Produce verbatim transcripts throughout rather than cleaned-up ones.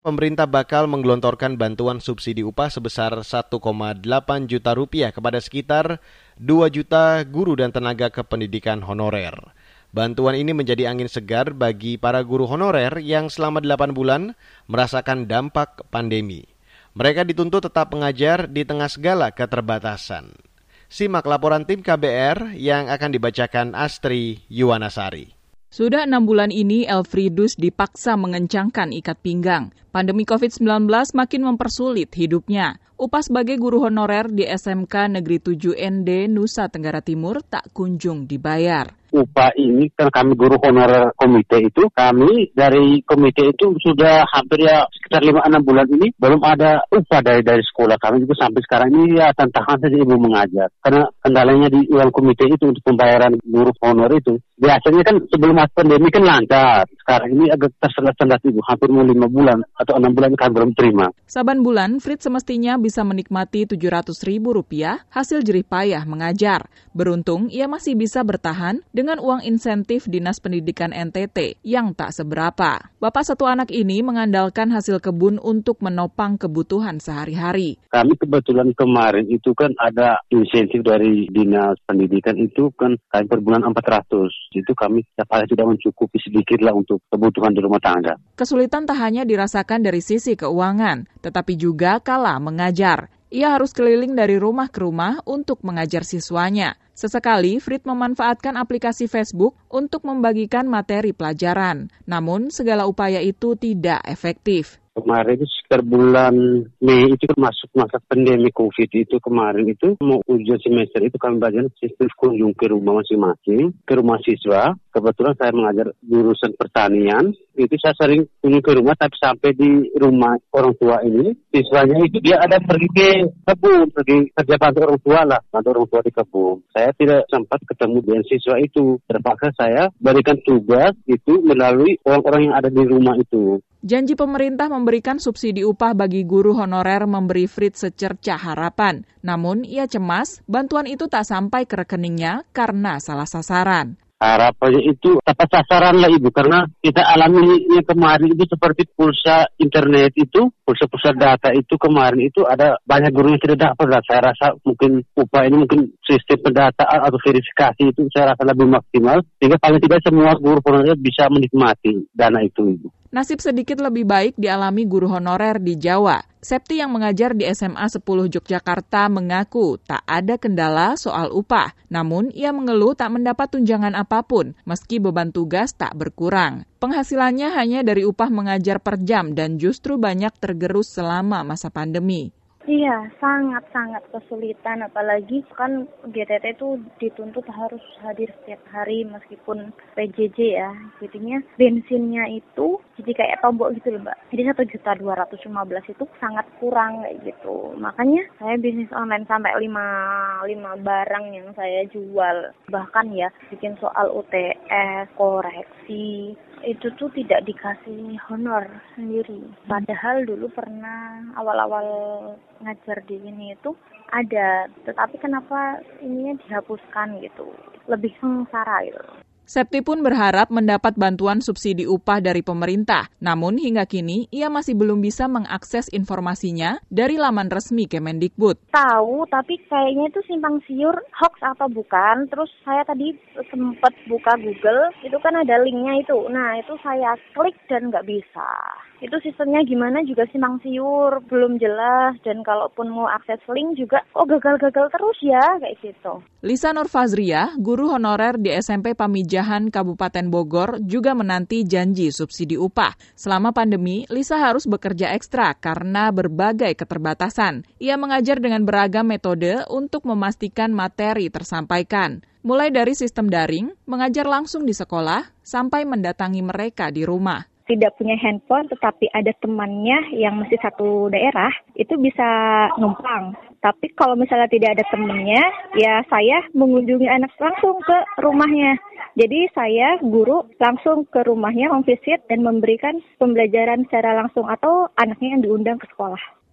Pemerintah bakal menggelontorkan bantuan subsidi upah sebesar satu koma delapan juta rupiah kepada sekitar dua juta guru dan tenaga kependidikan honorer. Bantuan ini menjadi angin segar bagi para guru honorer yang selama delapan bulan merasakan dampak pandemi. Mereka dituntut tetap mengajar di tengah segala keterbatasan. Simak laporan tim K B R yang akan dibacakan Astri Yuwanasari. Sudah enam bulan ini Elfriedus dipaksa mengencangkan ikat pinggang. Pandemi covid sembilan belas makin mempersulit hidupnya. Upah sebagai guru honorer di S M K Negeri tujuh N D Nusa Tenggara Timur tak kunjung dibayar. Upah ini kan kami guru honorer komite itu, kami dari komite itu sudah hampir ya sekitar lima enam bulan ini belum ada upah dari dari sekolah kami juga sampai sekarang ini ya tantangan saja ibu mengajar. Karena kendalanya di uang komite itu untuk pembayaran guru honorer itu. Biasanya kan sebelum pandemi kan lancar, sekarang ini agak tersendat-sendat ibu, hampir mau lima bulan atau enam bulan kan belum terima. Saban bulan Fritz semestinya bisa menikmati tujuh ratus ribu rupiah hasil jerih payah mengajar. Beruntung ia masih bisa bertahan dengan uang insentif Dinas Pendidikan N T T yang tak seberapa. Bapak satu anak ini mengandalkan hasil kebun untuk menopang kebutuhan sehari-hari. Kami kebetulan kemarin itu kan ada insentif dari Dinas Pendidikan itu kan kami per bulan empat ratus. Itu kami paling tidak mencukupi sedikit lah untuk kebutuhan di rumah tangga. Kesulitan tak hanya dirasakan dari sisi keuangan, tetapi juga kala mengajar. Ia harus keliling dari rumah ke rumah untuk mengajar siswanya. Sesekali, Frit memanfaatkan aplikasi Facebook untuk membagikan materi pelajaran. Namun, segala upaya itu tidak efektif. Kemarin itu sekitar bulan Mei itu kan masuk masa pandemi COVID itu kemarin itu mau ujian semester itu kami belajar sistem kunjung ke rumah masing-masing, ke rumah siswa. Kebetulan saya mengajar jurusan pertanian, itu saya sering kunjung ke rumah tapi sampai di rumah orang tua ini, siswanya itu dia ada pergi ke kebun, pergi kerja bantu orang tua lah, bantu orang tua di kebun. Saya tidak sempat ketemu dengan siswa itu, terpaksa saya berikan tugas itu melalui orang-orang yang ada di rumah itu. Janji pemerintah memberikan subsidi upah bagi guru honorer memberi Fritz secercah harapan. Namun, ia cemas bantuan itu tak sampai ke rekeningnya karena salah sasaran. Harapannya itu tepat sasaran lah Ibu, karena kita alami kemarin itu seperti pulsa internet itu, pulsa-pulsa data itu kemarin itu ada banyak guru yang tidak dapat. Saya rasa mungkin upah ini mungkin sistem pendataan atau verifikasi itu saya rasa lebih maksimal, sehingga paling tidak semua guru honorer bisa menikmati dana itu Ibu. Nasib sedikit lebih baik dialami guru honorer di Jawa. Septi yang mengajar di S M A sepuluh Yogyakarta mengaku tak ada kendala soal upah. Namun, ia mengeluh tak mendapat tunjangan apapun meski beban tugas tak berkurang. Penghasilannya hanya dari upah mengajar per jam dan justru banyak tergerus selama masa pandemi. Iya, sangat-sangat kesulitan, apalagi kan G T T itu dituntut harus hadir setiap hari meskipun P J J ya. Jadinya bensinnya itu jadi kayak tombok gitu loh Mbak. Jadi satu juta dua ratus lima belas itu sangat kurang kayak gitu. Makanya saya bisnis online sampai lima, lima barang yang saya jual. Bahkan ya bikin soal U T S, koreksi, itu tuh tidak dikasih honor sendiri. Padahal dulu pernah awal-awal ngajar di sini itu ada, tetapi kenapa ininya dihapuskan gitu, lebih sengsara gitu. Septi pun berharap mendapat bantuan subsidi upah dari pemerintah. Namun hingga kini ia masih belum bisa mengakses informasinya dari laman resmi Kemendikbud. Tahu, tapi kayaknya itu simpang siur, hoax atau bukan. Terus saya tadi sempat buka Google, itu kan ada linknya itu. Nah itu saya klik dan nggak bisa. Itu sistemnya gimana juga simpang siur, belum jelas. Dan kalaupun mau akses link juga, oh gagal-gagal terus ya, kayak gitu. Lisa Nurfazria, guru honorer di S M P Pamijahan Kabupaten Bogor, juga menanti janji subsidi upah. Selama pandemi, Lisa harus bekerja ekstra karena berbagai keterbatasan. Ia mengajar dengan beragam metode untuk memastikan materi tersampaikan. Mulai dari sistem daring, mengajar langsung di sekolah, sampai mendatangi mereka di rumah. Tidak punya handphone tetapi ada temannya yang masih satu daerah, itu bisa numpang. Tapi kalau misalnya tidak ada temannya, ya saya mengunjungi anak langsung ke rumahnya. Jadi saya guru langsung ke rumahnya home visit dan memberikan pembelajaran secara langsung atau anaknya yang diundang ke sekolah.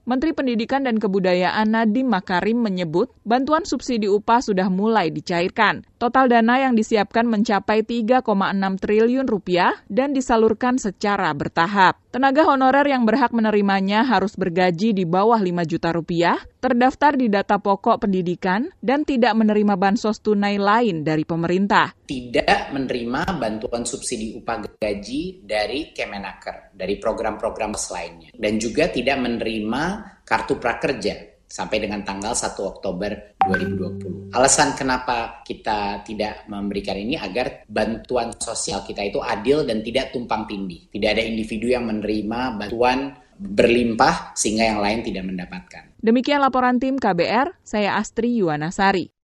Menteri Pendidikan dan Kebudayaan Nadiem Makarim menyebut bantuan subsidi upah sudah mulai dicairkan. Total dana yang disiapkan mencapai tiga koma enam triliun rupiah dan disalurkan secara bertahap. Tenaga honorer yang berhak menerimanya harus bergaji di bawah lima juta rupiah, terdaftar di data pokok pendidikan, dan tidak menerima bansos tunai lain dari pemerintah. Tidak menerima bantuan subsidi upah gaji dari Kemenaker, dari program-program lainnya. Dan juga tidak menerima kartu prakerja sampai dengan tanggal satu Oktober dua ribu dua puluh. Alasan kenapa kita tidak memberikan ini agar bantuan sosial kita itu adil dan tidak tumpang tindih. Tidak ada individu yang menerima bantuan berlimpah sehingga yang lain tidak mendapatkan. Demikian laporan tim K B R, saya Astri Yuwanasari.